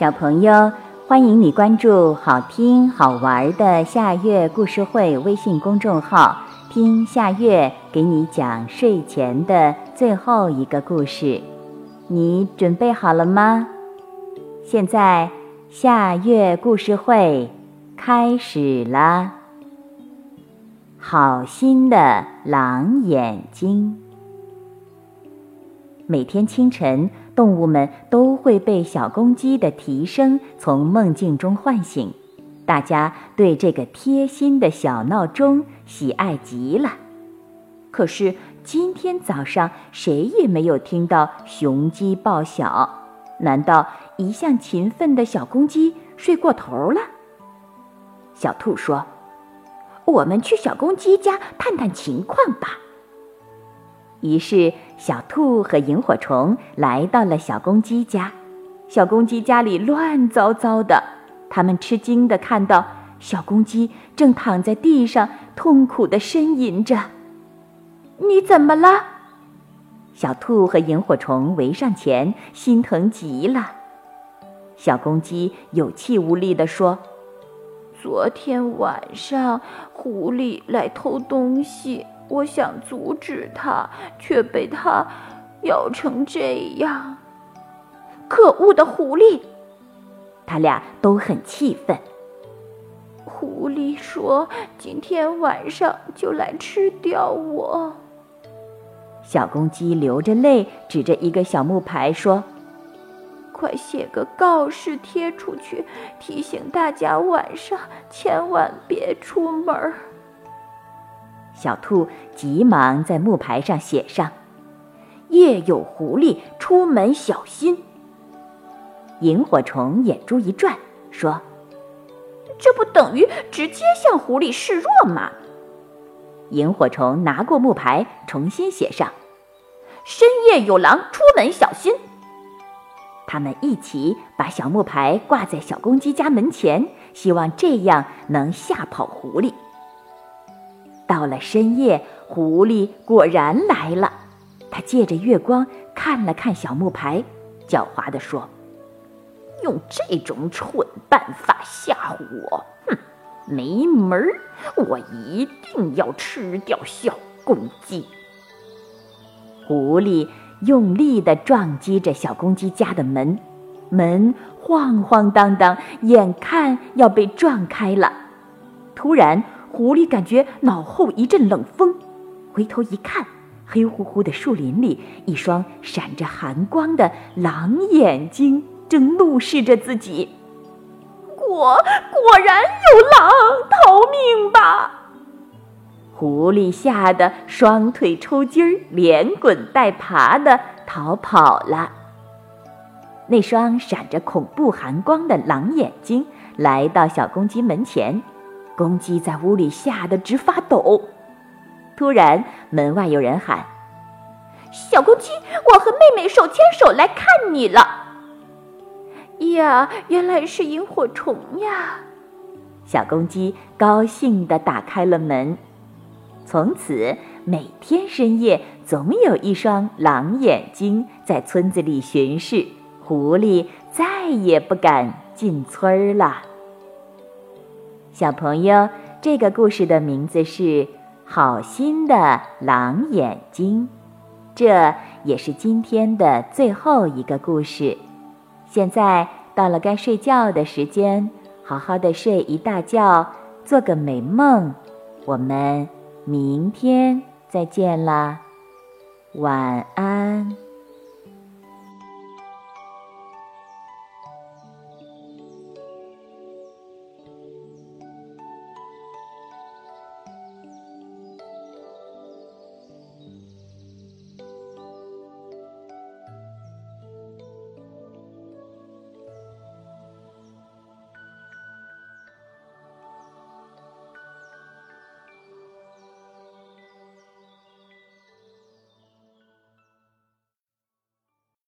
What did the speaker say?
小朋友，欢迎你关注好听好玩的夏月故事会微信公众号，听夏月给你讲睡前的最后一个故事。你准备好了吗？现在夏月故事会开始了。好心的狼眼睛。每天清晨，动物们都会被小公鸡的啼声从梦境中唤醒，大家对这个贴心的小闹钟喜爱极了。可是今天早上谁也没有听到雄鸡报晓，难道一向勤奋的小公鸡睡过头了？小兔说：“我们去小公鸡家探探情况吧。”于是小兔和萤火虫来到了小公鸡家。小公鸡家里乱糟糟的，他们吃惊地看到小公鸡正躺在地上痛苦地呻吟着。“你怎么了？”小兔和萤火虫围上前，心疼极了。小公鸡有气无力地说：“昨天晚上狐狸来偷东西，我想阻止他，却被他咬成这样。可恶的狐狸！”他俩都很气愤。狐狸说今天晚上就来吃掉我。小公鸡流着泪指着一个小木牌说：“快写个告示贴出去，提醒大家晚上千万别出门。”小兔急忙在木牌上写上：“夜有狐狸，出门小心。”萤火虫眼珠一转，说：“这不等于直接向狐狸示弱吗？”萤火虫拿过木牌，重新写上：“深夜有狼，出门小心。”他们一起把小木牌挂在小公鸡家门前，希望这样能吓跑狐狸。到了深夜，狐狸果然来了。他借着月光看了看小木牌，狡猾地说：“用这种蠢办法吓唬我，哼，没门儿！我一定要吃掉小公鸡。”狐狸用力地撞击着小公鸡家的门，门晃晃荡荡，眼看要被撞开了。突然狐狸感觉脑后一阵冷风，回头一看，黑乎乎的树林里，一双闪着寒光的狼眼睛正怒视着自己。果然有狼，逃命吧！狐狸吓得双腿抽筋儿，连滚带爬地逃跑了。那双闪着恐怖寒光的狼眼睛来到小公鸡门前，公鸡在屋里吓得直发抖。突然门外有人喊：“小公鸡，我和妹妹手牵手来看你了。”呀，原来是萤火虫呀！小公鸡高兴地打开了门。从此每天深夜总有一双狼眼睛在村子里巡视，狐狸再也不敢进村了。小朋友，这个故事的名字是好心的狼眼睛，这也是今天的最后一个故事。现在到了该睡觉的时间，好好的睡一大觉，做个美梦。我们明天再见啦，晚安。